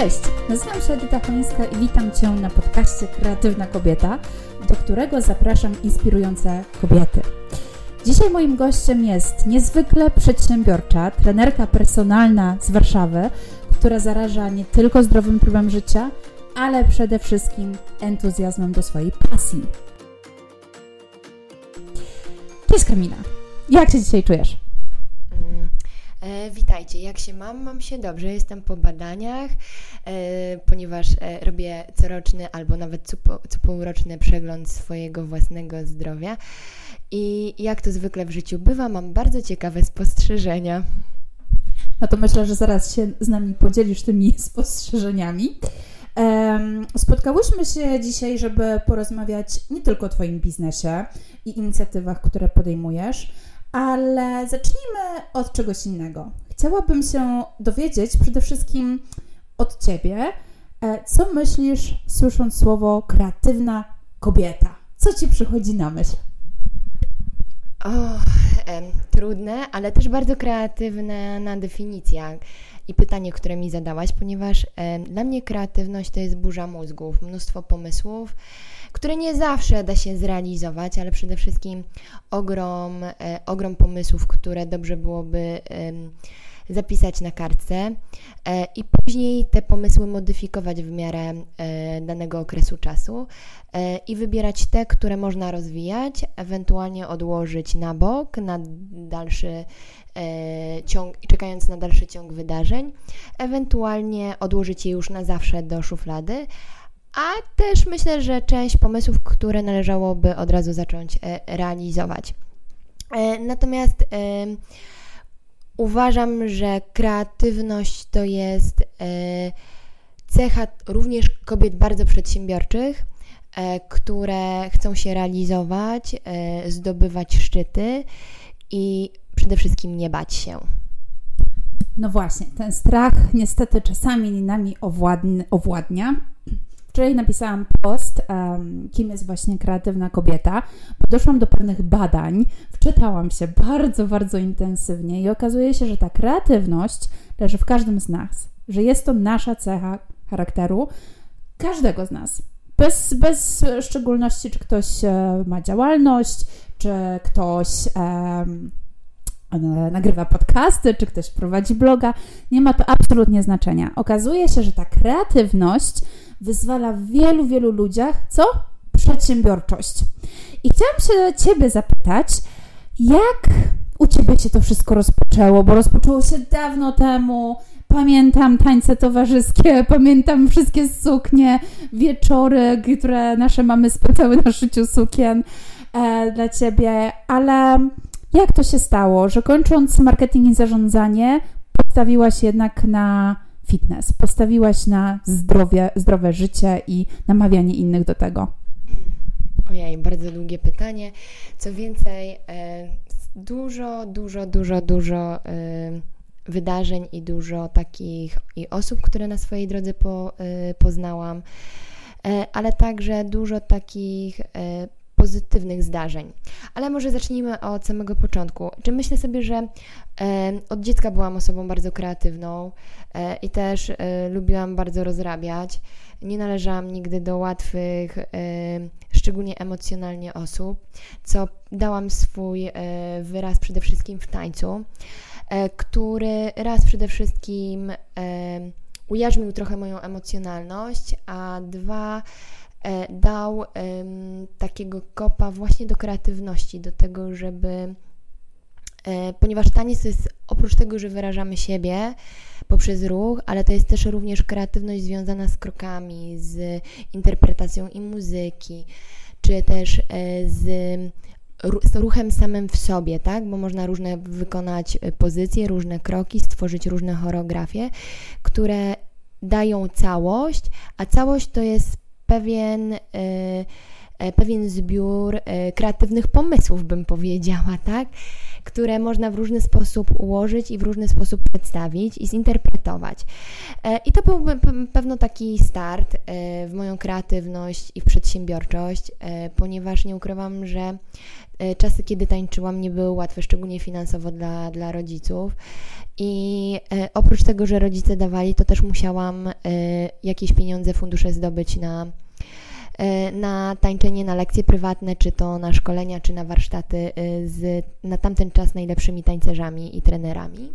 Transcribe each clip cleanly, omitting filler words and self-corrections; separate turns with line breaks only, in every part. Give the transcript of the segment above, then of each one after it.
Cześć, nazywam się Edyta Cholińska i witam Cię na podcaście Kreatywna Kobieta, do którego zapraszam inspirujące kobiety. Dzisiaj moim gościem jest niezwykle przedsiębiorcza, trenerka personalna z Warszawy, która zaraża nie tylko zdrowym trybem życia, ale przede wszystkim entuzjazmem do swojej pasji. Cześć Kamila, jak się dzisiaj czujesz?
Witajcie, jak się mam? Mam się dobrze, jestem po badaniach, ponieważ robię coroczny albo nawet co półroczny przegląd swojego własnego zdrowia i jak to zwykle w życiu bywa, mam bardzo ciekawe spostrzeżenia.
No to myślę, że zaraz się z nami podzielisz tymi spostrzeżeniami. Spotkałyśmy się dzisiaj, żeby porozmawiać nie tylko o Twoim biznesie i inicjatywach, które podejmujesz, ale zacznijmy od czegoś innego. Chciałabym się dowiedzieć przede wszystkim od Ciebie, co myślisz, słysząc słowo kreatywna kobieta? Co Ci przychodzi na myśl?
Trudne, ale też bardzo kreatywna definicja i pytanie, które mi zadałaś, ponieważ dla mnie kreatywność to jest burza mózgów, mnóstwo pomysłów, które nie zawsze da się zrealizować, ale przede wszystkim ogrom pomysłów, które dobrze byłoby zapisać na kartce i później te pomysły modyfikować w miarę danego okresu czasu i wybierać te, które można rozwijać, ewentualnie odłożyć na bok, na dalszy ciąg, czekając na dalszy ciąg wydarzeń, ewentualnie odłożyć je już na zawsze do szuflady, a też myślę, że część pomysłów, które należałoby od razu zacząć realizować. Natomiast uważam, że kreatywność to jest cecha również kobiet bardzo przedsiębiorczych, które chcą się realizować, zdobywać szczyty i przede wszystkim nie bać się.
No właśnie, ten strach niestety czasami nami owładnia. Wczoraj napisałam post, kim jest właśnie kreatywna kobieta, bo doszłam do pewnych badań, wczytałam się bardzo, bardzo intensywnie i okazuje się, że ta kreatywność leży w każdym z nas, że jest to nasza cecha charakteru każdego z nas. Bez szczególności, czy ktoś ma działalność, czy ktoś nagrywa podcasty, czy ktoś prowadzi bloga, nie ma to absolutnie znaczenia. Okazuje się, że ta kreatywność wyzwala w wielu, wielu ludziach, co? Przedsiębiorczość. I chciałam się Ciebie zapytać, jak u Ciebie się to wszystko rozpoczęło, bo rozpoczęło się dawno temu. Pamiętam tańce towarzyskie, pamiętam wszystkie suknie, wieczory, które nasze mamy spędzały na szyciu sukien dla Ciebie, ale jak to się stało, że kończąc marketing i zarządzanie, postawiłaś jednak na fitness, postawiłaś na zdrowe życie i namawianie innych do tego?
Ojej, bardzo długie pytanie. Co więcej, dużo wydarzeń i dużo takich i osób, które na swojej drodze poznałam, ale także dużo takich pozytywnych zdarzeń. Ale może zacznijmy od samego początku. Czy myślę sobie, że od dziecka byłam osobą bardzo kreatywną i też lubiłam bardzo rozrabiać. Nie należałam nigdy do łatwych, szczególnie emocjonalnie osób, co dałam swój wyraz przede wszystkim w tańcu, który raz przede wszystkim ujarzmił trochę moją emocjonalność, a dwa dał takiego kopa właśnie do kreatywności, do tego, żeby, ponieważ taniec to jest oprócz tego, że wyrażamy siebie poprzez ruch, ale to jest też również kreatywność związana z krokami, z interpretacją i muzyki, czy też z ruchem samym w sobie, tak? Bo można różne wykonać pozycje, różne kroki, stworzyć różne choreografie, które dają całość, a całość to jest pewien zbiór kreatywnych pomysłów, bym powiedziała, tak? Które można w różny sposób ułożyć i w różny sposób przedstawić i zinterpretować. I to był pewno taki start w moją kreatywność i w przedsiębiorczość, ponieważ nie ukrywam, że czasy, kiedy tańczyłam, nie były łatwe, szczególnie finansowo dla rodziców I oprócz tego, że rodzice dawali, to też musiałam jakieś pieniądze, fundusze zdobyć na tańczenie, na lekcje prywatne, czy to na szkolenia, czy na warsztaty z na tamten czas najlepszymi tańcerzami i trenerami.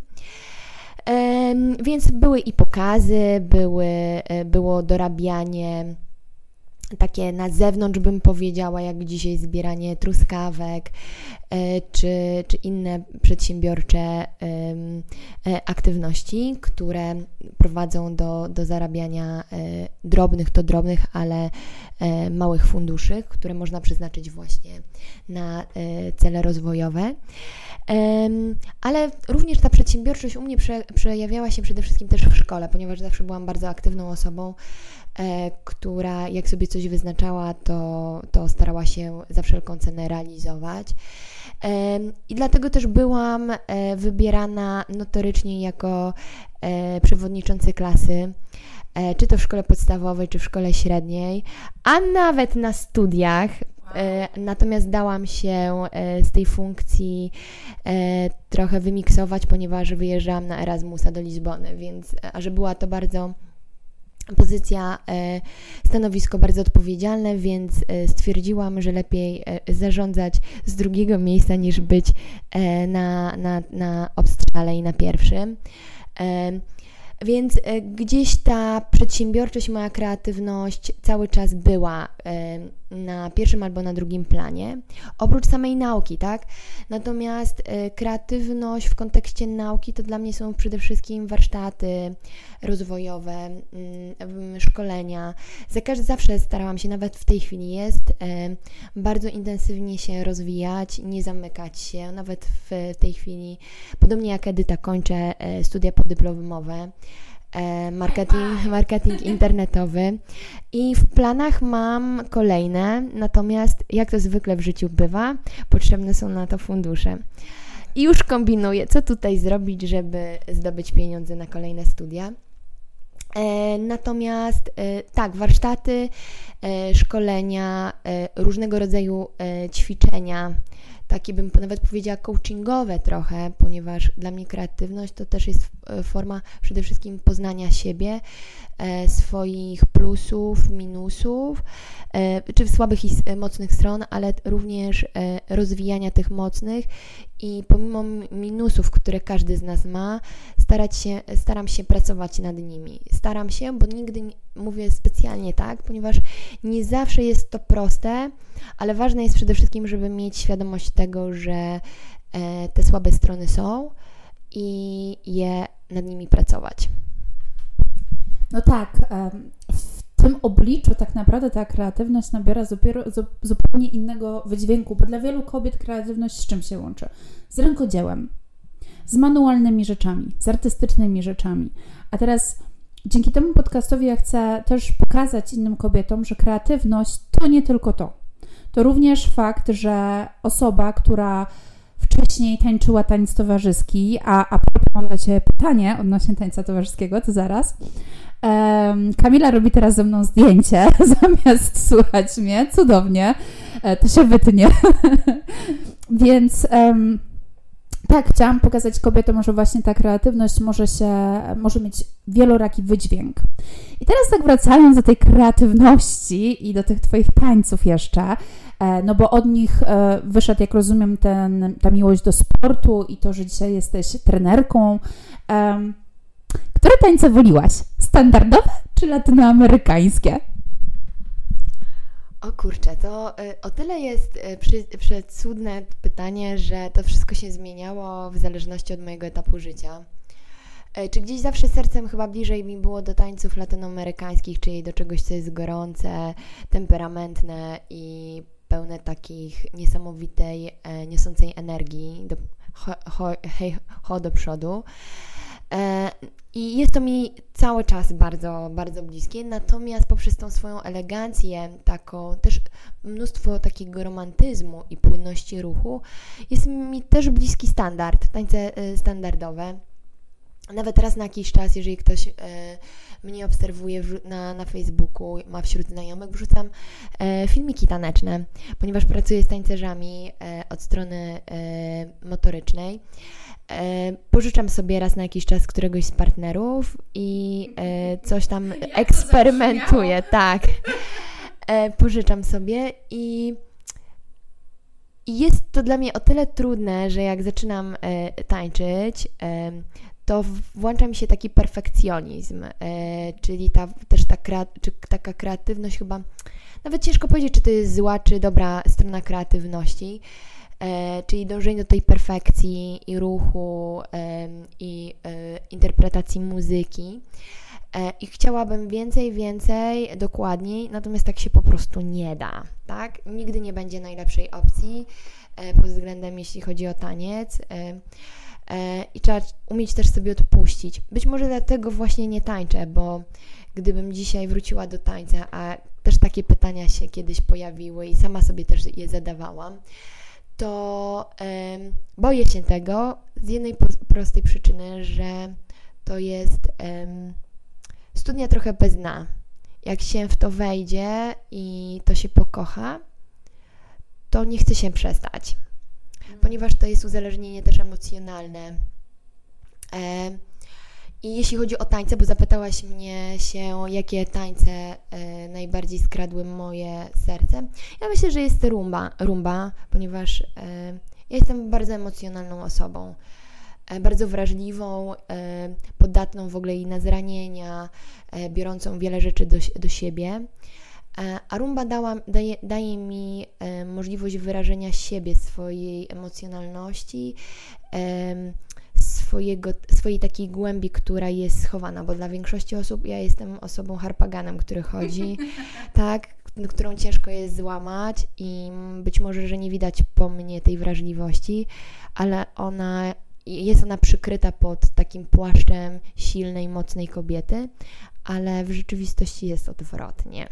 Więc były i pokazy, było dorabianie takie na zewnątrz, bym powiedziała, jak dzisiaj zbieranie truskawek, czy inne przedsiębiorcze aktywności, które prowadzą do zarabiania drobnych, ale małych funduszy, które można przeznaczyć właśnie na cele rozwojowe. Ale również ta przedsiębiorczość u mnie przejawiała się przede wszystkim też w szkole, ponieważ zawsze byłam bardzo aktywną osobą, która jak sobie coś wyznaczała, to starała się za wszelką cenę realizować. I dlatego też byłam wybierana notorycznie jako przewodniczący klasy, czy to w szkole podstawowej, czy w szkole średniej, a nawet na studiach. Natomiast dałam się z tej funkcji trochę wymiksować, ponieważ wyjeżdżałam na Erasmusa do Lizbony, więc a że była to bardzo pozycja, stanowisko bardzo odpowiedzialne, więc stwierdziłam, że lepiej zarządzać z drugiego miejsca niż być na obstrzale i na pierwszym. Więc gdzieś ta przedsiębiorczość, moja kreatywność cały czas była na pierwszym albo na drugim planie, oprócz samej nauki, tak? Natomiast kreatywność w kontekście nauki to dla mnie są przede wszystkim warsztaty rozwojowe, szkolenia. Zawsze starałam się, nawet w tej chwili jest, bardzo intensywnie się rozwijać, nie zamykać się, nawet w tej chwili, podobnie jak Edyta, kończę studia podyplomowe, marketing internetowy i w planach mam kolejne, natomiast jak to zwykle w życiu bywa, potrzebne są na to fundusze. I już kombinuję, co tutaj zrobić, żeby zdobyć pieniądze na kolejne studia. Natomiast tak, warsztaty, szkolenia, różnego rodzaju ćwiczenia, takie bym nawet powiedziała coachingowe trochę, ponieważ dla mnie kreatywność to też jest forma przede wszystkim poznania siebie, swoich plusów, minusów, czy słabych i mocnych stron, ale również rozwijania tych mocnych i pomimo minusów, które każdy z nas ma, staram się pracować nad nimi. Staram się, bo nigdy nie mówię specjalnie tak, ponieważ nie zawsze jest to proste, ale ważne jest przede wszystkim, żeby mieć świadomość tego, że te słabe strony są i je nad nimi pracować.
No tak, w tym obliczu tak naprawdę ta kreatywność nabiera zupełnie innego wydźwięku, bo dla wielu kobiet kreatywność z czym się łączy? Z rękodziełem, z manualnymi rzeczami, z artystycznymi rzeczami. A teraz dzięki temu podcastowi ja chcę też pokazać innym kobietom, że kreatywność to nie tylko to. To również fakt, że osoba, która wcześniej tańczyła taniec towarzyski, a mam dla Ciebie pytanie odnośnie tańca towarzyskiego, to zaraz. Kamila robi teraz ze mną zdjęcie, zamiast słuchać mnie, cudownie, to się wytnie. Więc tak, chciałam pokazać kobietom, że właśnie ta kreatywność może mieć wieloraki wydźwięk. I teraz tak wracając do tej kreatywności i do tych Twoich tańców jeszcze, no bo od nich wyszedł, jak rozumiem, ta miłość do sportu i to, że dzisiaj jesteś trenerką. Które tańce woliłaś? Standardowe czy latynoamerykańskie?
O kurczę, to o tyle jest przecudne pytanie, że to wszystko się zmieniało w zależności od mojego etapu życia. Czy gdzieś zawsze sercem chyba bliżej mi było do tańców latynoamerykańskich, czyli do czegoś, co jest gorące, temperamentne i pełne takich niesamowitej, niosącej energii do przodu. I jest to mi cały czas bardzo, bardzo bliskie, natomiast poprzez tą swoją elegancję, taką też mnóstwo takiego romantyzmu i płynności ruchu, jest mi też bliski standard, tańce standardowe. nawet teraz na jakiś czas, jeżeli ktoś mnie obserwuje na Facebooku, ma wśród znajomych, wrzucam filmiki taneczne, ponieważ pracuję z tańcerzami od strony motorycznej. Pożyczam sobie raz na jakiś czas któregoś z partnerów i coś tam eksperymentuję. Tak. Pożyczam sobie i jest to dla mnie o tyle trudne, że jak zaczynam tańczyć, to włącza mi się taki perfekcjonizm, czyli taka kreatywność chyba, nawet ciężko powiedzieć, czy to jest zła, czy dobra strona kreatywności, czyli dążenie do tej perfekcji i ruchu i interpretacji muzyki. I chciałabym więcej, dokładniej, natomiast tak się po prostu nie da, tak? Nigdy nie będzie najlepszej opcji pod względem, jeśli chodzi o taniec. I trzeba umieć też sobie odpuścić. Być może dlatego właśnie nie tańczę, bo gdybym dzisiaj wróciła do tańca, a też takie pytania się kiedyś pojawiły i sama sobie też je zadawałam, to boję się tego z jednej prostej przyczyny, że to jest studnia trochę bez dna. Jak się w to wejdzie i to się pokocha, to nie chce się przestać. Ponieważ to jest uzależnienie też emocjonalne. I jeśli chodzi o tańce, bo zapytałaś mnie się, jakie tańce najbardziej skradły moje serce. Ja myślę, że jest rumba, ponieważ ja jestem bardzo emocjonalną osobą. Bardzo wrażliwą, podatną w ogóle i na zranienia, biorącą wiele rzeczy do siebie. A rumba daje mi możliwość wyrażenia siebie, swojej emocjonalności, swojej takiej głębi, która jest schowana, bo dla większości osób ja jestem osobą harpaganem, który chodzi, tak, którą ciężko jest złamać i być może, że nie widać po mnie tej wrażliwości, ale jest ona przykryta pod takim płaszczem silnej, mocnej kobiety, ale w rzeczywistości jest odwrotnie.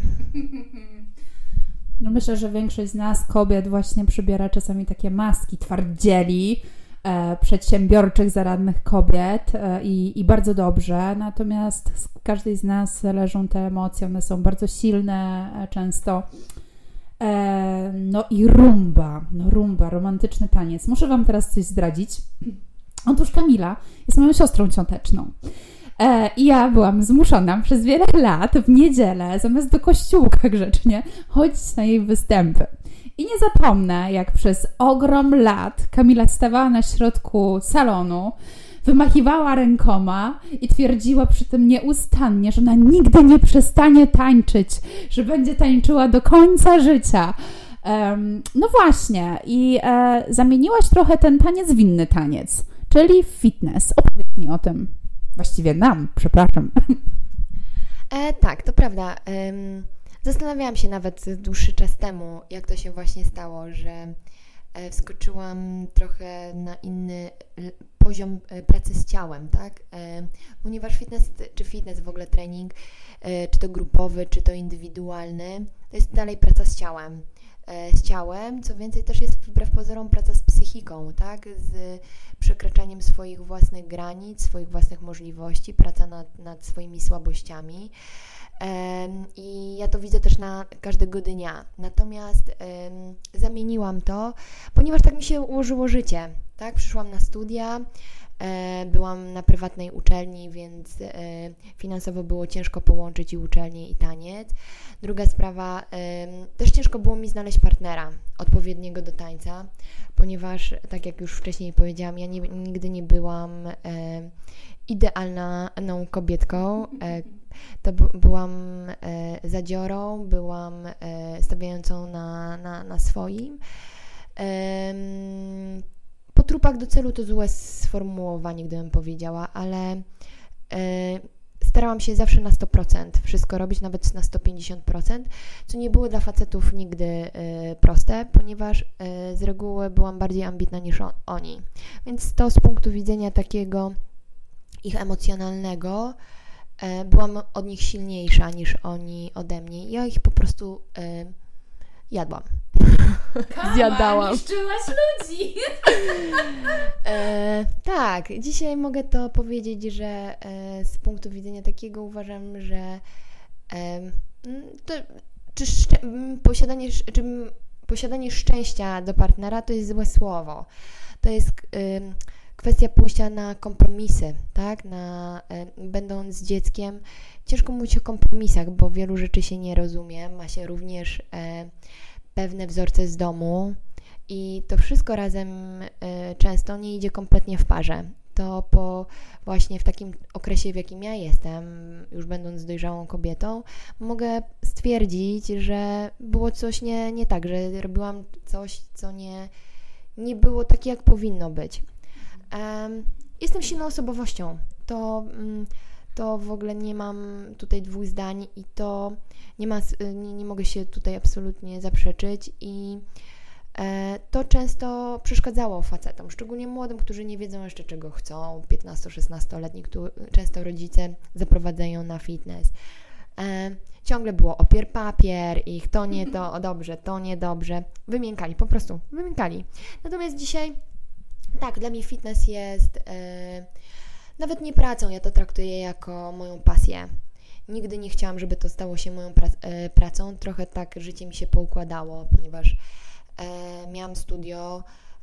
No myślę, że większość z nas, kobiet, właśnie przybiera czasami takie maski twardzieli, przedsiębiorczych, zaradnych kobiet i bardzo dobrze, natomiast z każdej z nas leżą te emocje, one są bardzo silne często. No i rumba, romantyczny taniec. Muszę Wam teraz coś zdradzić. Otóż Kamila jest moją siostrą cioteczną. I ja byłam zmuszona przez wiele lat w niedzielę, zamiast do kościółka grzecznie, chodzić na jej występy. I nie zapomnę, jak przez ogrom lat Kamila stawała na środku salonu, wymachiwała rękoma i twierdziła przy tym nieustannie, że ona nigdy nie przestanie tańczyć, że będzie tańczyła do końca życia. No właśnie, i zamieniłaś trochę ten taniec w inny taniec, czyli fitness. Opowiedz mi o tym. Właściwie nam, przepraszam.
Tak, to prawda. Zastanawiałam się nawet dłuższy czas temu, jak to się właśnie stało, że wskoczyłam trochę na inny poziom pracy z ciałem, tak? Ponieważ fitness, w ogóle trening, czy to grupowy, czy to indywidualny, to jest dalej praca z ciałem, co więcej też jest wbrew pozorom praca z psychiką, tak? Z przekraczaniem swoich własnych granic, swoich własnych możliwości, praca nad swoimi słabościami. I ja to widzę też na każdego dnia. Natomiast zamieniłam to, ponieważ tak mi się ułożyło życie, tak? Przyszłam na studia, byłam na prywatnej uczelni, więc finansowo było ciężko połączyć i uczelnię, i taniec. Druga sprawa, też ciężko było mi znaleźć partnera odpowiedniego do tańca, ponieważ, tak jak już wcześniej powiedziałam, ja nigdy nie byłam idealną kobietką. To byłam zadziorą, byłam stawiającą na swoim. Po trupach do celu to złe sformułowanie, gdybym powiedziała, ale starałam się zawsze na 100% wszystko robić, nawet na 150%, co nie było dla facetów nigdy proste, ponieważ z reguły byłam bardziej ambitna niż oni. Więc to z punktu widzenia takiego ich emocjonalnego byłam od nich silniejsza niż oni ode mnie. Ja ich po prostu jadłam. zjadałam.
Niszczyłaś ludzi!
Tak, dzisiaj mogę to powiedzieć, że z punktu widzenia takiego uważam, że posiadanie szczęścia do partnera to jest złe słowo. To jest kwestia pójścia na kompromisy, tak? Będąc dzieckiem, ciężko mówić o kompromisach, bo wielu rzeczy się nie rozumie. Ma się również pewne wzorce z domu i to wszystko razem często nie idzie kompletnie w parze. To właśnie w takim okresie, w jakim ja jestem, już będąc dojrzałą kobietą, mogę stwierdzić, że było coś nie tak, że robiłam coś, co nie było takie, jak powinno być. Jestem silną osobowością. To w ogóle nie mam tutaj dwóch zdań i to nie mogę się tutaj absolutnie zaprzeczyć i to często przeszkadzało facetom, szczególnie młodym, którzy nie wiedzą jeszcze czego chcą, 15-16-letni, często rodzice zaprowadzają na fitness. Ciągle było opier papier, ich to nie to, dobrze, to niedobrze. Wymiękali, po prostu wymiękali. Natomiast dzisiaj, tak, dla mnie fitness jest nawet nie pracą, ja to traktuję jako moją pasję. Nigdy nie chciałam, żeby to stało się moją pracą. Trochę tak życie mi się poukładało, ponieważ miałam studio,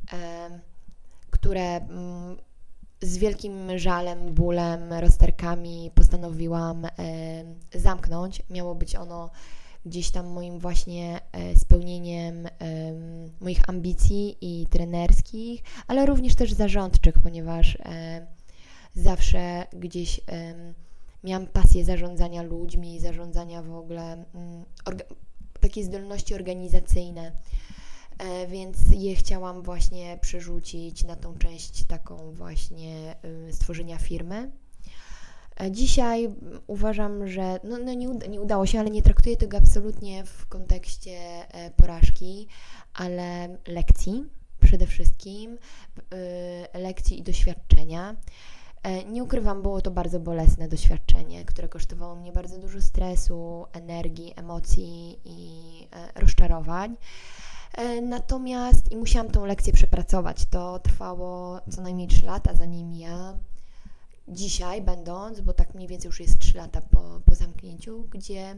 które z wielkim żalem, bólem, rozterkami postanowiłam zamknąć. Miało być ono gdzieś tam moim właśnie spełnieniem moich ambicji i trenerskich, ale również też zarządczych, ponieważ zawsze gdzieś miałam pasję zarządzania ludźmi, zarządzania w ogóle, takie zdolności organizacyjne, więc je chciałam właśnie przerzucić na tą część taką właśnie stworzenia firmy. Dzisiaj uważam, że nie udało się, ale nie traktuję tego absolutnie w kontekście porażki, ale lekcji przede wszystkim, lekcji i doświadczenia. Nie ukrywam, było to bardzo bolesne doświadczenie, które kosztowało mnie bardzo dużo stresu, energii, emocji i rozczarowań. Natomiast musiałam tą lekcję przepracować. To trwało co najmniej 3 lata, zanim ja dzisiaj będąc, bo tak mniej więcej już jest 3 lata po zamknięciu, gdzie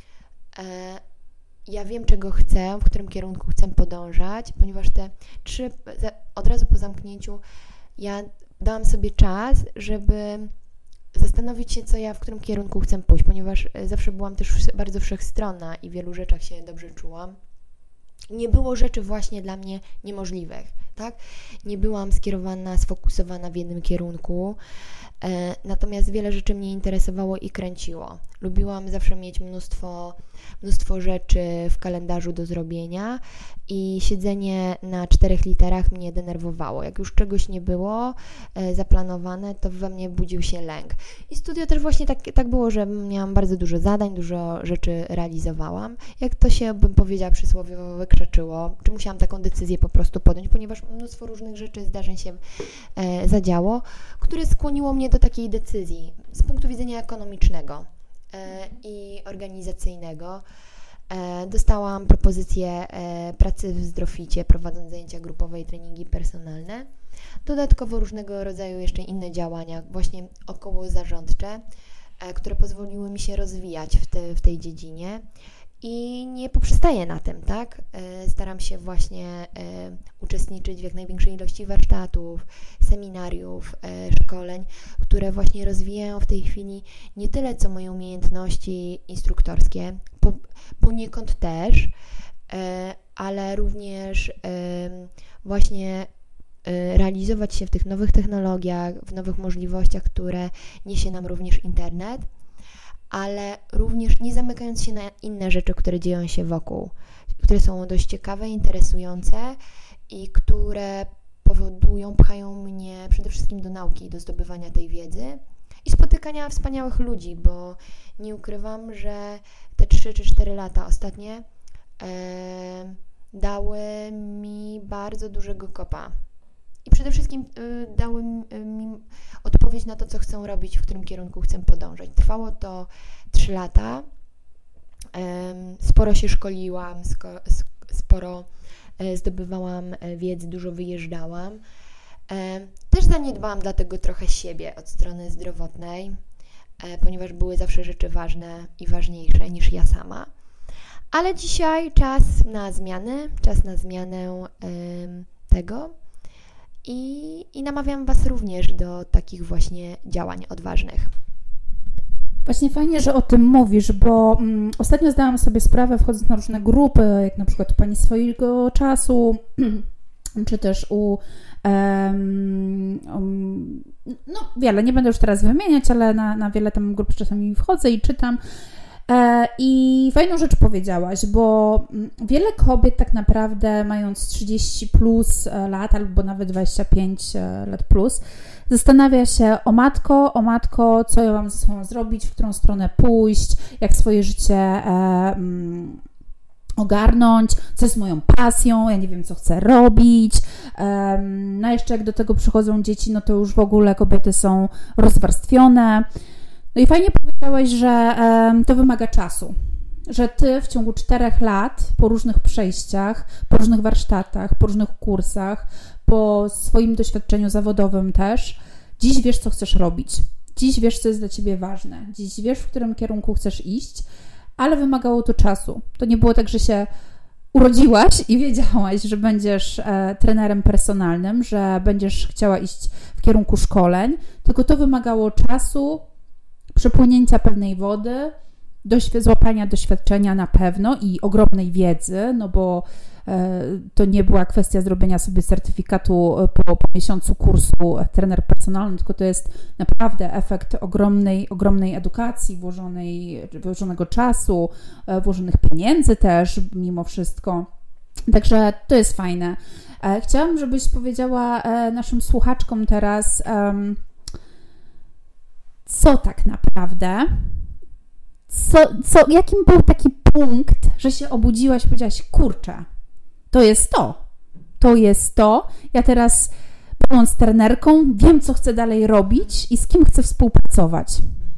ja wiem, czego chcę, w którym kierunku chcę podążać, ponieważ od razu po zamknięciu ja dałam sobie czas, żeby zastanowić się, w którym kierunku chcę pójść, ponieważ zawsze byłam też bardzo wszechstronna i w wielu rzeczach się dobrze czułam. Nie było rzeczy właśnie dla mnie niemożliwych, tak? Nie byłam skierowana, sfokusowana w jednym kierunku, natomiast wiele rzeczy mnie interesowało i kręciło. Lubiłam zawsze mieć mnóstwo rzeczy w kalendarzu do zrobienia i siedzenie na 4 literach mnie denerwowało. Jak już czegoś nie było zaplanowane, to we mnie budził się lęk. I studio też właśnie tak było, że miałam bardzo dużo zadań, dużo rzeczy realizowałam. Jak to się, bym powiedziała, przysłowiowo wykrzeczyło, czy musiałam taką decyzję po prostu podjąć, ponieważ mnóstwo różnych rzeczy, zdarzeń się zadziało, które skłoniło mnie do takiej decyzji z punktu widzenia ekonomicznego i organizacyjnego. Dostałam propozycję pracy w Zdroficie, prowadząc zajęcia grupowe i treningi personalne. Dodatkowo różnego rodzaju jeszcze inne działania, właśnie około zarządcze, które pozwoliły mi się rozwijać w tej dziedzinie. I nie poprzestaję na tym, tak? Staram się właśnie uczestniczyć w jak największej ilości warsztatów, seminariów, szkoleń, które właśnie rozwijają w tej chwili nie tyle co moje umiejętności instruktorskie, poniekąd też, ale również właśnie realizować się w tych nowych technologiach, w nowych możliwościach, które niesie nam również internet, ale również nie zamykając się na inne rzeczy, które dzieją się wokół, które są dość ciekawe, interesujące i które pchają mnie przede wszystkim do nauki, do zdobywania tej wiedzy i spotykania wspaniałych ludzi, bo nie ukrywam, że te 3 czy 4 lata ostatnie dały mi bardzo dużego kopa. I przede wszystkim dały mi odpowiedź na to, co chcę robić, w którym kierunku chcę podążać. Trwało to 3 lata. Sporo się szkoliłam, sporo zdobywałam wiedzy, dużo wyjeżdżałam. Też zaniedbałam dlatego trochę siebie od strony zdrowotnej, ponieważ były zawsze rzeczy ważne i ważniejsze niż ja sama. Ale dzisiaj czas na zmianę tego i namawiam Was również do takich właśnie działań odważnych.
Właśnie fajnie, że o tym mówisz, bo ostatnio zdałam sobie sprawę, wchodząc na różne grupy, jak na przykład u Pani swojego czasu, czy też wiele, nie będę już teraz wymieniać, ale na wiele tam grup czasami wchodzę i czytam. I fajną rzecz powiedziałaś, bo wiele kobiet tak naprawdę mając 30 plus lat albo nawet 25 lat plus zastanawia się o matko, co ja mam ze sobą zrobić, w którą stronę pójść, jak swoje życie ogarnąć, co jest moją pasją, ja nie wiem, co chcę robić. No jeszcze jak do tego przychodzą dzieci, no to już w ogóle kobiety są rozwarstwione. No i fajnie powiedziałeś, że to wymaga czasu, że Ty w ciągu 4 lat po różnych przejściach, po różnych warsztatach, po różnych kursach, po swoim doświadczeniu zawodowym też, dziś wiesz, co chcesz robić. Dziś wiesz, co jest dla Ciebie ważne. Dziś wiesz, w którym kierunku chcesz iść, ale wymagało to czasu. To nie było tak, że się urodziłaś i wiedziałaś, że będziesz trenerem personalnym, że będziesz chciała iść w kierunku szkoleń, tylko to wymagało czasu, przepłynięcia pewnej wody, złapania doświadczenia na pewno i ogromnej wiedzy, no bo to nie była kwestia zrobienia sobie certyfikatu po miesiącu kursu trener personalny, tylko to jest naprawdę efekt ogromnej edukacji, włożonego czasu, włożonych pieniędzy też mimo wszystko. Także to jest fajne. Chciałam, żebyś powiedziała naszym słuchaczkom teraz, co tak naprawdę, jakim był taki punkt, że się obudziłaś i powiedziałaś, kurczę, to jest to, ja teraz będąc trenerką wiem, co chcę dalej robić i z kim chcę współpracować.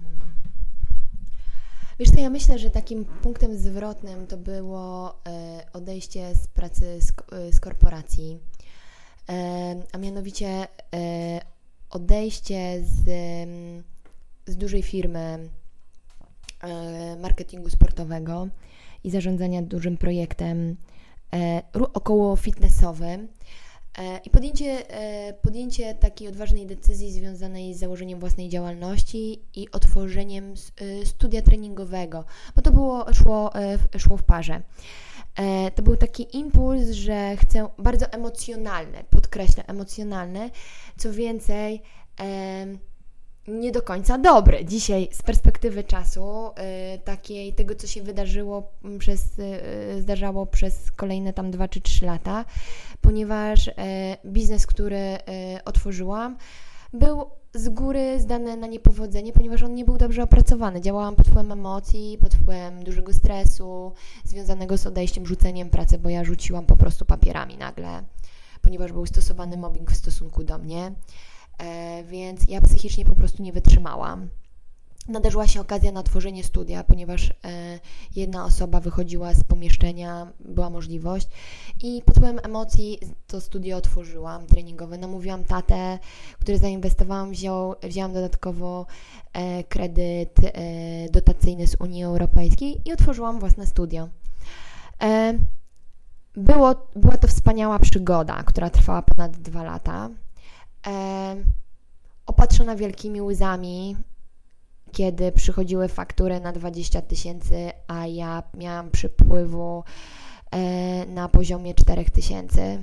Wiesz co, ja myślę, że takim punktem zwrotnym to było odejście z pracy z korporacji, a mianowicie odejście z dużej firmy marketingu sportowego i zarządzania dużym projektem około fitnessowym i podjęcie takiej odważnej decyzji związanej z założeniem własnej działalności i otworzeniem studia treningowego, bo to szło w parze. To był taki impuls, że chcę, bardzo emocjonalny, podkreślę, emocjonalny, co więcej, nie do końca dobry. Dzisiaj z perspektywy czasu, tego, co się zdarzało przez kolejne tam 2 czy 3 lata, ponieważ biznes, który otworzyłam, był z góry zdany na niepowodzenie, ponieważ on nie był dobrze opracowany. Działałam pod wpływem emocji, pod wpływem dużego stresu związanego z odejściem, rzuceniem pracy, bo ja rzuciłam po prostu papierami nagle, ponieważ był stosowany mobbing w stosunku do mnie. Więc ja psychicznie po prostu nie wytrzymałam. Nadarzyła się okazja na tworzenie studia, ponieważ jedna osoba wychodziła z pomieszczenia, była możliwość i pod wpływem emocji to studio otworzyłam treningowe. Namówiłam tatę, który zainwestowałam, wzięłam dodatkowo kredyt dotacyjny z Unii Europejskiej i otworzyłam własne studio. Była to wspaniała przygoda, która trwała ponad 2 lata. Opatrzona wielkimi łzami, kiedy przychodziły faktury na 20 000, a ja miałam przypływu na poziomie 4 000.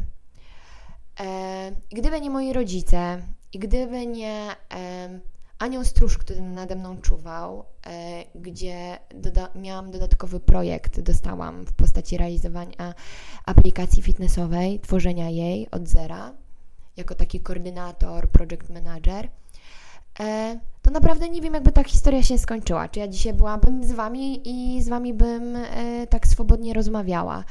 Gdyby nie moi rodzice i gdyby nie anioł stróż, który nade mną czuwał, gdzie miałam dodatkowy projekt, dostałam w postaci realizowania aplikacji fitnessowej, tworzenia jej od zera, jako taki koordynator, project manager, to naprawdę nie wiem, jakby ta historia się skończyła. Czy ja dzisiaj byłabym z Wami i z Wami bym tak swobodnie rozmawiała.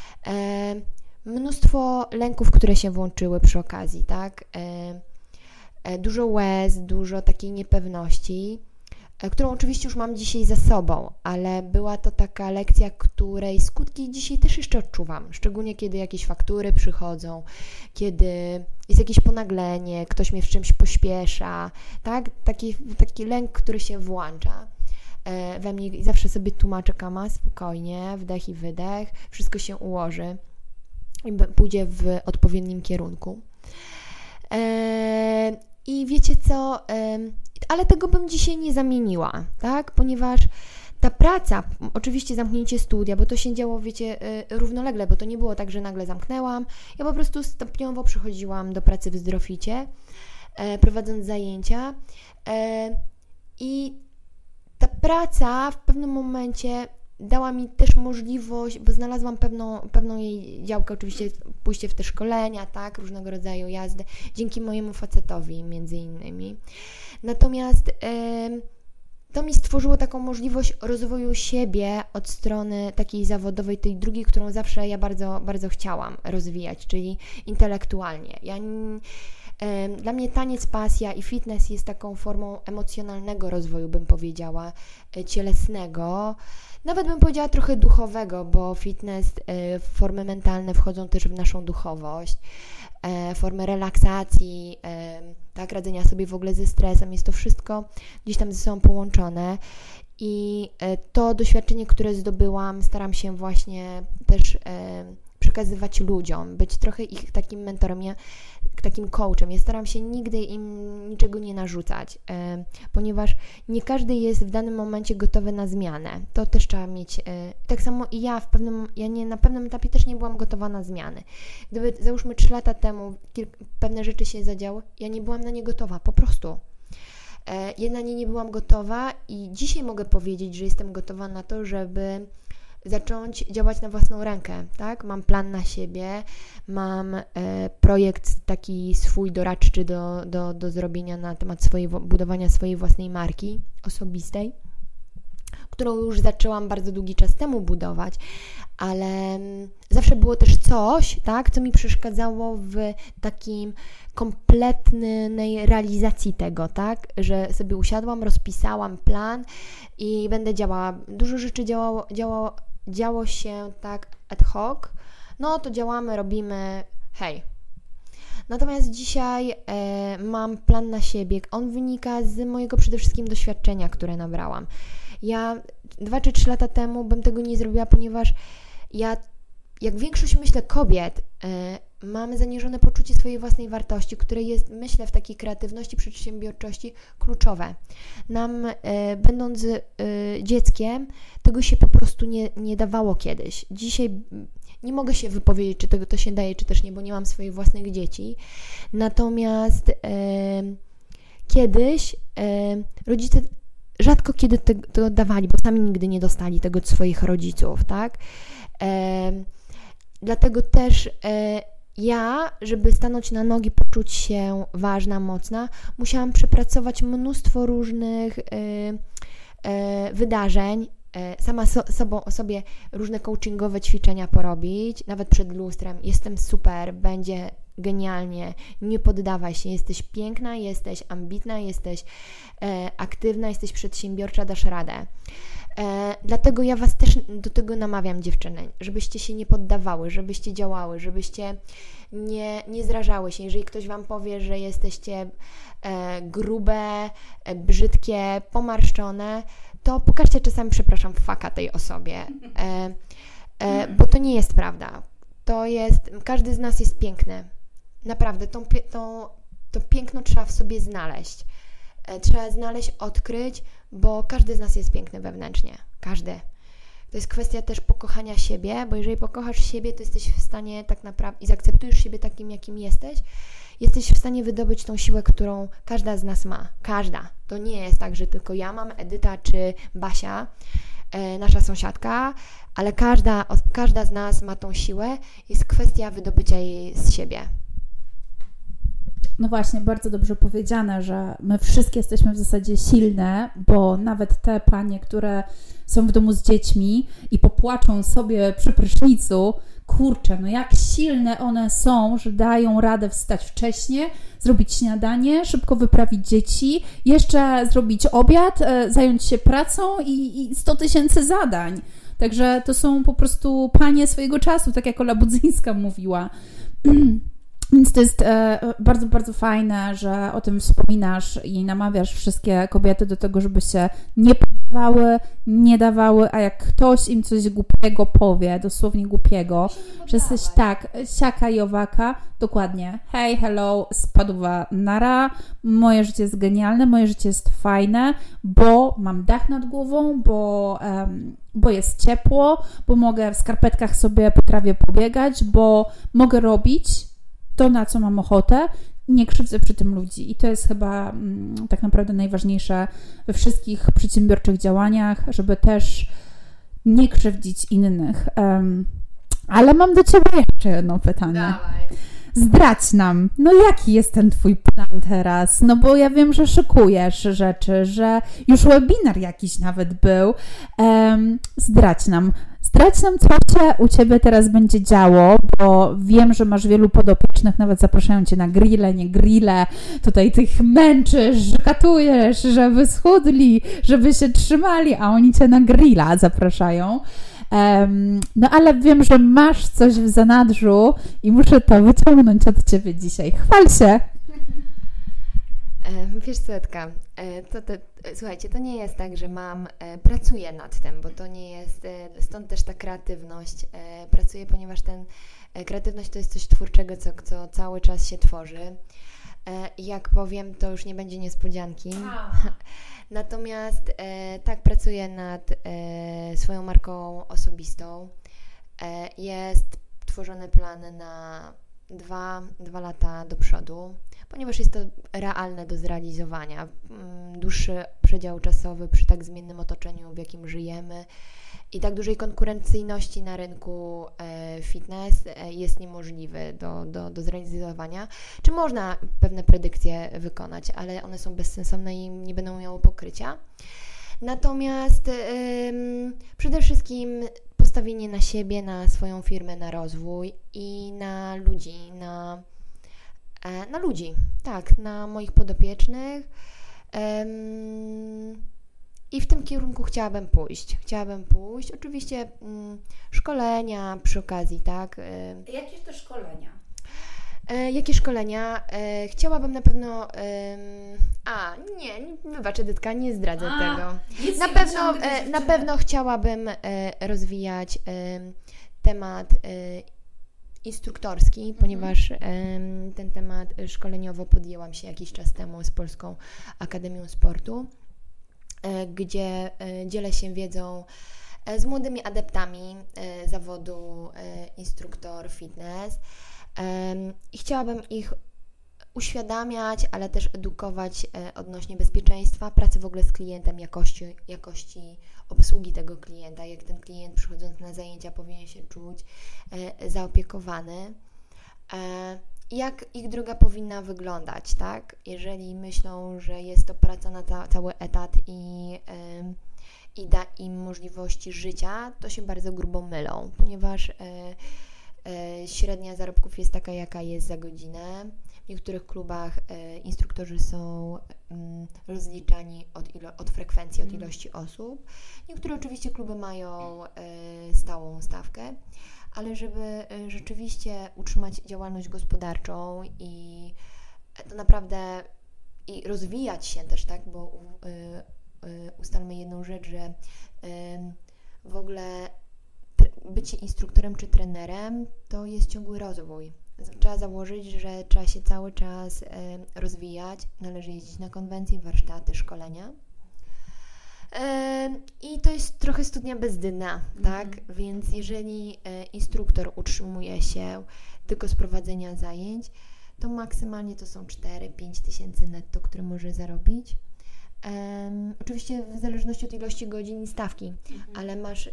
Mnóstwo lęków, które się włączyły przy okazji, tak? Dużo łez, dużo takiej niepewności, którą oczywiście już mam dzisiaj za sobą, ale była to taka lekcja, której skutki dzisiaj też jeszcze odczuwam, szczególnie kiedy jakieś faktury przychodzą, kiedy jest jakieś ponaglenie, ktoś mnie w czymś pośpiesza, tak? Taki lęk, który się włącza we mnie i zawsze sobie tłumaczę, Kama, spokojnie, wdech i wydech, wszystko się ułoży i pójdzie w odpowiednim kierunku. I wiecie co, ale tego bym dzisiaj nie zamieniła, tak, ponieważ ta praca, oczywiście zamknięcie studia, bo to się działo, wiecie, równolegle, bo to nie było tak, że nagle zamknęłam, ja po prostu stopniowo przychodziłam do pracy w Zdroficie, prowadząc zajęcia i ta praca w pewnym momencie dała mi też możliwość, bo znalazłam pewną jej działkę, oczywiście pójście w te szkolenia, tak, różnego rodzaju jazdy, dzięki mojemu facetowi między innymi. Natomiast to mi stworzyło taką możliwość rozwoju siebie od strony takiej zawodowej, tej drugiej, którą zawsze ja bardzo, bardzo chciałam rozwijać, czyli intelektualnie. Dla mnie taniec, pasja i fitness jest taką formą emocjonalnego rozwoju, bym powiedziała, cielesnego, nawet bym powiedziała trochę duchowego, bo fitness, formy mentalne wchodzą też w naszą duchowość, formy relaksacji, tak, radzenia sobie w ogóle ze stresem, jest to wszystko gdzieś tam ze sobą połączone i to doświadczenie, które zdobyłam, staram się właśnie też przekazywać ludziom, być trochę ich takim mentorem, takim coachem. Ja staram się nigdy im niczego nie narzucać, ponieważ nie każdy jest w danym momencie gotowy na zmianę. To też trzeba mieć. Tak samo i ja na pewnym etapie też nie byłam gotowa na zmiany. Gdyby załóżmy 3 lata temu pewne rzeczy się zadziały, ja nie byłam na nie gotowa, po prostu. Ja na nie nie byłam gotowa i dzisiaj mogę powiedzieć, że jestem gotowa na to, żeby zacząć działać na własną rękę, tak? Mam plan na siebie, mam projekt taki swój doradczy do zrobienia na temat budowania swojej własnej marki osobistej, którą już zaczęłam bardzo długi czas temu budować, ale zawsze było też coś, tak, co mi przeszkadzało w takim kompletnej realizacji tego, tak, że sobie usiadłam, rozpisałam plan i będę działała. Dużo rzeczy działo się tak ad hoc, no to działamy, robimy, hej. Natomiast dzisiaj mam plan na siebie, on wynika z mojego przede wszystkim doświadczenia, które nabrałam. Ja 2 czy 3 lata temu bym tego nie zrobiła, ponieważ ja, jak większość, myślę, kobiet, mamy zaniżone poczucie swojej własnej wartości, które jest, myślę, w takiej kreatywności, przedsiębiorczości kluczowe. Nam, będąc dzieckiem, tego się po prostu nie dawało kiedyś. Dzisiaj nie mogę się wypowiedzieć, czy tego to się daje, czy też nie, bo nie mam swoich własnych dzieci. Natomiast kiedyś rodzice rzadko kiedy to dawali, bo sami nigdy nie dostali tego od swoich rodziców, tak? Dlatego też ja, żeby stanąć na nogi, poczuć się ważna, mocna, musiałam przepracować mnóstwo różnych wydarzeń, sama sobie różne coachingowe ćwiczenia porobić, nawet przed lustrem. Jestem super, będzie genialnie, nie poddawaj się, jesteś piękna, jesteś ambitna, jesteś aktywna, jesteś przedsiębiorcza, dasz radę. Dlatego ja Was też do tego namawiam, dziewczyny, żebyście się nie poddawały, żebyście działały, żebyście nie zrażały się. Jeżeli ktoś Wam powie, że jesteście grube, brzydkie, pomarszczone, to pokażcie czasami, przepraszam, faka tej osobie, bo to nie jest prawda. Każdy z nas jest piękny. Naprawdę, to piękno trzeba w sobie znaleźć. Trzeba znaleźć, odkryć, bo każdy z nas jest piękny wewnętrznie. Każdy. To jest kwestia też pokochania siebie, bo jeżeli pokochasz siebie, to jesteś w stanie tak naprawdę i zaakceptujesz siebie takim, jakim jesteś w stanie wydobyć tą siłę, którą każda z nas ma. Każda. To nie jest tak, że tylko ja mam, Edyta czy Basia, nasza sąsiadka, ale każda z nas ma tą siłę. Jest kwestia wydobycia jej z siebie.
No właśnie, bardzo dobrze powiedziane, że my wszystkie jesteśmy w zasadzie silne, bo nawet te panie, które są w domu z dziećmi i popłaczą sobie przy prysznicu, kurczę, no jak silne one są, że dają radę wstać wcześnie, zrobić śniadanie, szybko wyprawić dzieci, jeszcze zrobić obiad, zająć się pracą i 100 000 zadań. Także to są po prostu panie swojego czasu, tak jak Ola Budzyńska mówiła. Więc to jest bardzo, bardzo fajne, że o tym wspominasz i namawiasz wszystkie kobiety do tego, żeby się nie poddawały, nie dawały, a jak ktoś im coś głupiego powie, dosłownie głupiego, że jesteś tak, siaka i owaka, dokładnie, hej, hello, spadła nara, moje życie jest genialne, moje życie jest fajne, bo mam dach nad głową, bo jest ciepło, bo mogę w skarpetkach sobie po trawie pobiegać, bo mogę robić to, na co mam ochotę, nie krzywdzę przy tym ludzi. I to jest chyba tak naprawdę najważniejsze we wszystkich przedsiębiorczych działaniach, żeby też nie krzywdzić innych. Ale mam do Ciebie jeszcze jedno pytanie.
Dawaj.
Zdradź nam, no jaki jest ten Twój plan teraz? No bo ja wiem, że szykujesz rzeczy, że już webinar jakiś nawet był. Zdradź nam, co się u Ciebie teraz będzie działo, bo wiem, że masz wielu podopiecznych, nawet zapraszają Cię na grille, nie grille, tutaj tych męczysz, katujesz, żeby schudli, żeby się trzymali, a oni Cię na grilla zapraszają. No ale wiem, że masz coś w zanadrzu i muszę to wyciągnąć od Ciebie dzisiaj. Chwal się!
Wiesz co, Edka, słuchajcie, to nie jest tak, że pracuję nad tym, bo to nie jest, stąd też ta kreatywność. Pracuję, ponieważ kreatywność to jest coś twórczego, co cały czas się tworzy. Jak powiem, to już nie będzie niespodzianki. Natomiast tak, pracuję nad swoją marką osobistą. Jest tworzony plan na 2 lata do przodu, ponieważ jest to realne do zrealizowania. Dłuższy przedział czasowy przy tak zmiennym otoczeniu, w jakim żyjemy i tak dużej konkurencyjności na rynku fitness jest niemożliwy do zrealizowania. Czy można pewne predykcje wykonać, ale one są bezsensowne i nie będą miały pokrycia. Natomiast przede wszystkim postawienie na siebie, na swoją firmę, na rozwój i na ludzi, na ludzi, tak, na moich podopiecznych. I w tym kierunku chciałabym pójść. Oczywiście szkolenia przy okazji, tak.
Jakie to szkolenia?
Jakie szkolenia? Chciałabym na pewno... wybacz, Edytka, nie zdradzę tego. Na pewno chciałabym rozwijać temat instruktorski, ponieważ ten temat szkoleniowo podjęłam się jakiś czas temu z Polską Akademią Sportu, gdzie dzielę się wiedzą z młodymi adeptami zawodu instruktor fitness i chciałabym ich uświadamiać, ale też edukować odnośnie bezpieczeństwa, pracy w ogóle z klientem, jakości obsługi tego klienta, jak ten klient przychodząc na zajęcia powinien się czuć zaopiekowany, jak ich droga powinna wyglądać, tak? Jeżeli myślą, że jest to praca na cały etat i da im możliwości życia, to się bardzo grubo mylą, ponieważ średnia zarobków jest taka, jaka jest za godzinę. W niektórych klubach instruktorzy są rozliczani od frekwencji, od ilości osób. Niektóre oczywiście kluby mają stałą stawkę, ale żeby rzeczywiście utrzymać działalność gospodarczą i to naprawdę i rozwijać się też, tak, bo ustalmy jedną rzecz, że w ogóle bycie instruktorem czy trenerem to jest ciągły rozwój. Trzeba założyć, że trzeba się cały czas rozwijać, należy jeździć na konwencje, warsztaty, szkolenia. I to jest trochę studnia bez dna, tak? Więc jeżeli instruktor utrzymuje się tylko z prowadzenia zajęć, to maksymalnie to są 4-5 tysięcy netto, które może zarobić. Oczywiście w zależności od ilości godzin i stawki, ale masz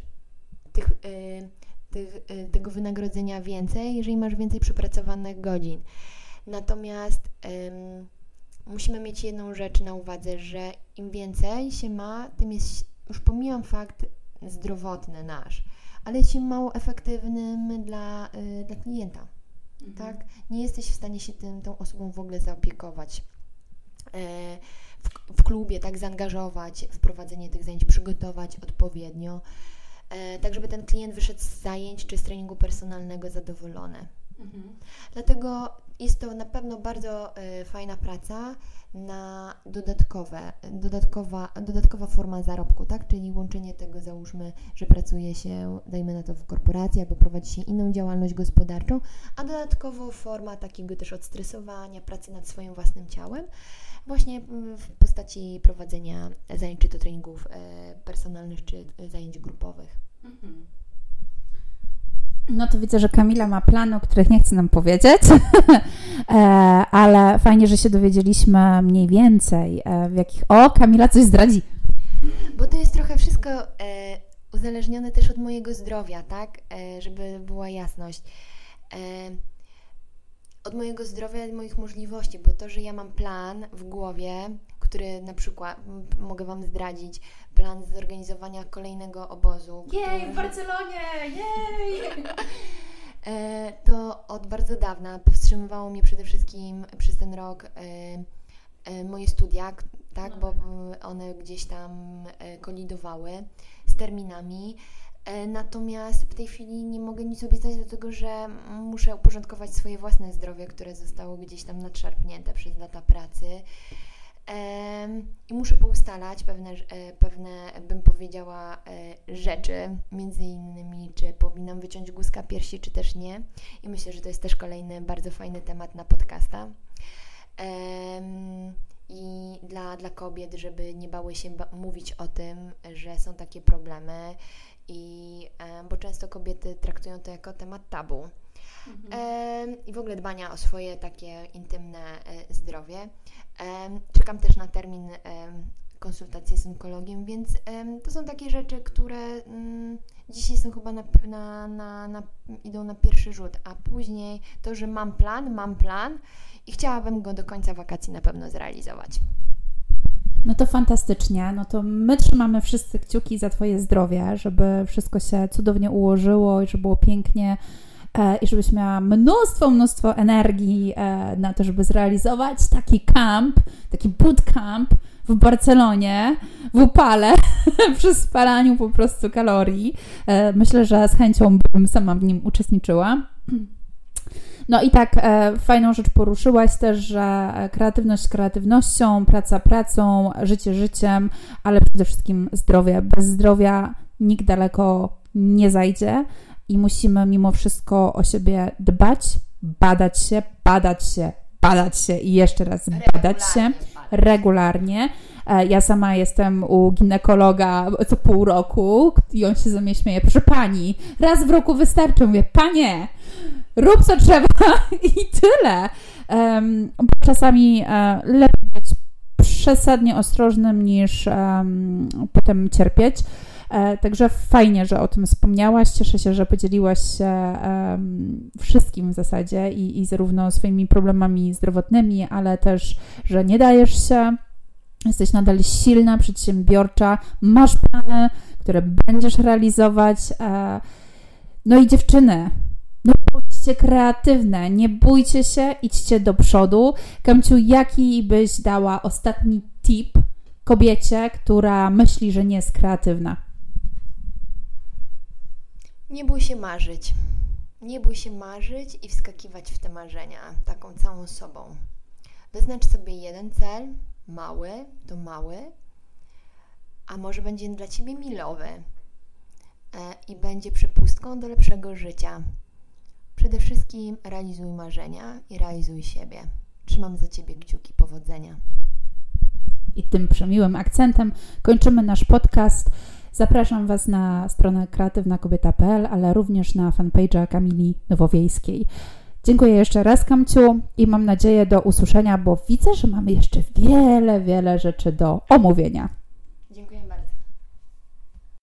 tego wynagrodzenia więcej, jeżeli masz więcej przepracowanych godzin. Natomiast musimy mieć jedną rzecz na uwadze, że im więcej się ma, tym jest, już pomijam fakt zdrowotny nasz, ale jest się mało efektywnym dla klienta. Tak? Nie jesteś w stanie się tą osobą w ogóle zaopiekować. W klubie tak zaangażować w prowadzenie tych zajęć, przygotować odpowiednio, tak żeby ten klient wyszedł z zajęć czy z treningu personalnego zadowolony. Dlatego jest to na pewno bardzo fajna praca na dodatkowa forma zarobku, tak? Czyli łączenie tego, załóżmy, że pracuje się, dajmy na to w korporacji albo prowadzi się inną działalność gospodarczą, a dodatkowo forma takiego też odstresowania, pracy nad swoim własnym ciałem, właśnie w postaci prowadzenia zajęć, czy to treningów personalnych, czy zajęć grupowych.
No to widzę, że Kamila ma plany, o których nie chce nam powiedzieć, ale fajnie, że się dowiedzieliśmy mniej więcej, w jakich... O, Kamila coś zdradzi.
Bo to jest trochę wszystko uzależnione też od mojego zdrowia, tak? Żeby była jasność. Od mojego zdrowia i moich możliwości, bo to, że ja mam plan w głowie, który na przykład, mogę Wam zdradzić, plan zorganizowania kolejnego obozu.
Jej, w Barcelonie! Jej!
To od bardzo dawna powstrzymywało mnie przede wszystkim przez ten rok moje studia, tak, bo one gdzieś tam kolidowały z terminami. Natomiast w tej chwili nie mogę nic obiecać, dlatego że muszę uporządkować swoje własne zdrowie, które zostało gdzieś tam nadszarpnięte przez lata pracy. I muszę poustalać pewne, bym powiedziała, rzeczy, między innymi, czy powinnam wyciąć guzka piersi, czy też nie. I myślę, że to jest też kolejny bardzo fajny temat na podcasta. I dla kobiet, żeby nie bały się mówić o tym, że są takie problemy, bo często kobiety traktują to jako temat tabu. I w ogóle dbania o swoje takie intymne zdrowie. Czekam też na termin konsultacji z onkologiem, więc to są takie rzeczy, które dzisiaj są chyba idą na pierwszy rzut, a później to, że mam plan i chciałabym go do końca wakacji na pewno zrealizować.
No to fantastycznie, no to my trzymamy wszyscy kciuki za Twoje zdrowie, żeby wszystko się cudownie ułożyło i żeby było pięknie i żebyś miała mnóstwo energii na to, żeby zrealizować taki bootcamp w Barcelonie, w upale, przy spalaniu po prostu kalorii. Myślę, że z chęcią bym sama w nim uczestniczyła. No i tak fajną rzecz poruszyłaś też, że kreatywność kreatywnością, praca pracą, życie życiem, ale przede wszystkim zdrowie. Bez zdrowia nikt daleko nie zajdzie i musimy mimo wszystko o siebie dbać, badać się i jeszcze raz badać się regularnie. Ja sama jestem u ginekologa co pół roku i on się ze mnie śmieje. Proszę pani, raz w roku wystarczy. Mówię, panie, rób co trzeba i tyle. Czasami lepiej być przesadnie ostrożnym niż potem cierpieć. Także fajnie, że o tym wspomniałaś. Cieszę się, że podzieliłaś się wszystkim w zasadzie i zarówno swoimi problemami zdrowotnymi, ale też, że nie dajesz się. Jesteś nadal silna, przedsiębiorcza, masz plany, które będziesz realizować. No i dziewczyny, no bądźcie kreatywne, nie bójcie się, idźcie do przodu. Kamciu, jaki byś dała ostatni tip kobiecie, która myśli, że nie jest kreatywna?
Nie bój się marzyć. Nie bój się marzyć i wskakiwać w te marzenia taką całą sobą. Wyznacz sobie jeden cel, mały, a może będzie dla Ciebie milowy i będzie przepustką do lepszego życia. Przede wszystkim realizuj marzenia i realizuj siebie. Trzymam za Ciebie kciuki, powodzenia.
I tym przemiłym akcentem kończymy nasz podcast. Zapraszam Was na stronę kreatywnakobieta.pl, ale również na fanpage'a Kamili Nowowiejskiej. Dziękuję jeszcze raz, Kamciu, i mam nadzieję do usłyszenia, bo widzę, że mamy jeszcze wiele rzeczy do omówienia.